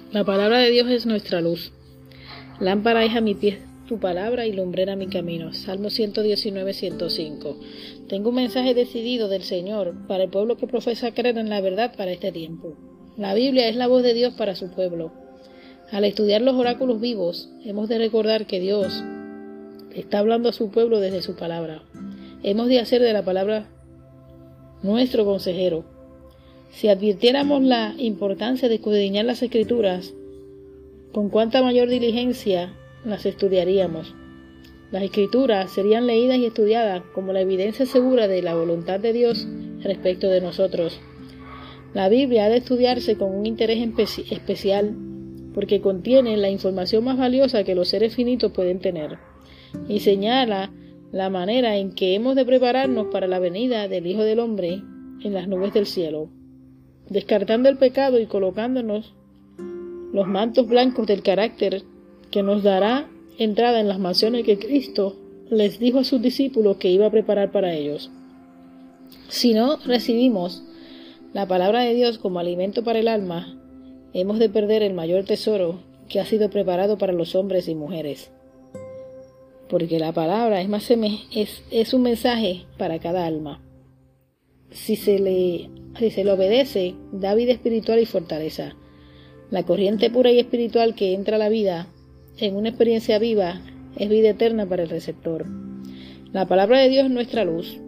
La palabra de Dios es nuestra luz. Lámpara es a mi pie tu palabra y lumbrera mi camino. Salmo 119, 105. Tengo un mensaje decidido del Señor para el pueblo que profesa creer en la verdad para este tiempo. La Biblia es la voz de Dios para su pueblo. Al estudiar los oráculos vivos, hemos de recordar que Dios está hablando a su pueblo desde su palabra. Hemos de hacer de la palabra nuestro consejero. Si advirtiéramos la importancia de escudriñar las Escrituras, con cuánta mayor diligencia las estudiaríamos. Las Escrituras serían leídas y estudiadas como la evidencia segura de la voluntad de Dios respecto de nosotros. La Biblia ha de estudiarse con un interés especial porque contiene la información más valiosa que los seres finitos pueden tener y señala la manera en que hemos de prepararnos para la venida del Hijo del Hombre en las nubes del cielo, descartando el pecado y colocándonos los mantos blancos del carácter que nos dará entrada en las mansiones que Cristo les dijo a sus discípulos que iba a preparar para ellos. Si no recibimos la palabra de Dios como alimento para el alma, hemos de perder el mayor tesoro que ha sido preparado para los hombres y mujeres. Porque la palabra es un mensaje para cada alma. Si se le obedece, da vida espiritual y fortaleza. La corriente pura y espiritual que entra a la vida en una experiencia viva es vida eterna para el receptor. La palabra de Dios es nuestra luz.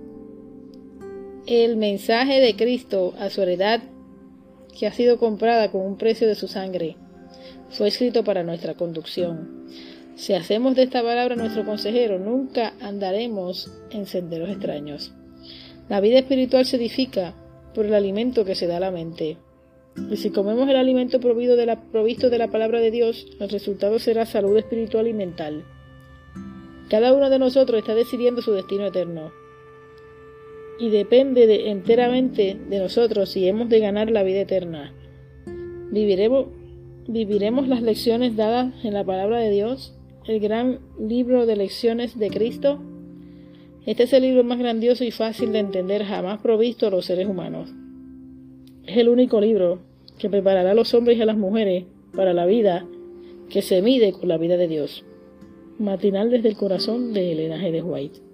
El mensaje de Cristo a su heredad, que ha sido comprada con un precio de su sangre, fue escrito para nuestra conducción. Si hacemos de esta palabra nuestro consejero, nunca andaremos en senderos extraños. La vida espiritual se edifica por el alimento que se da a la mente. Y si comemos el alimento provisto de la palabra de Dios, el resultado será salud espiritual y mental. Cada uno de nosotros está decidiendo su destino eterno. Y depende enteramente de nosotros si hemos de ganar la vida eterna. ¿Viviremos las lecciones dadas en la palabra de Dios, el gran libro de lecciones de Cristo? Este es el libro más grandioso y fácil de entender jamás provisto a los seres humanos. Es el único libro que preparará a los hombres y a las mujeres para la vida que se mide con la vida de Dios. Matinal desde el corazón de Elena G. de White.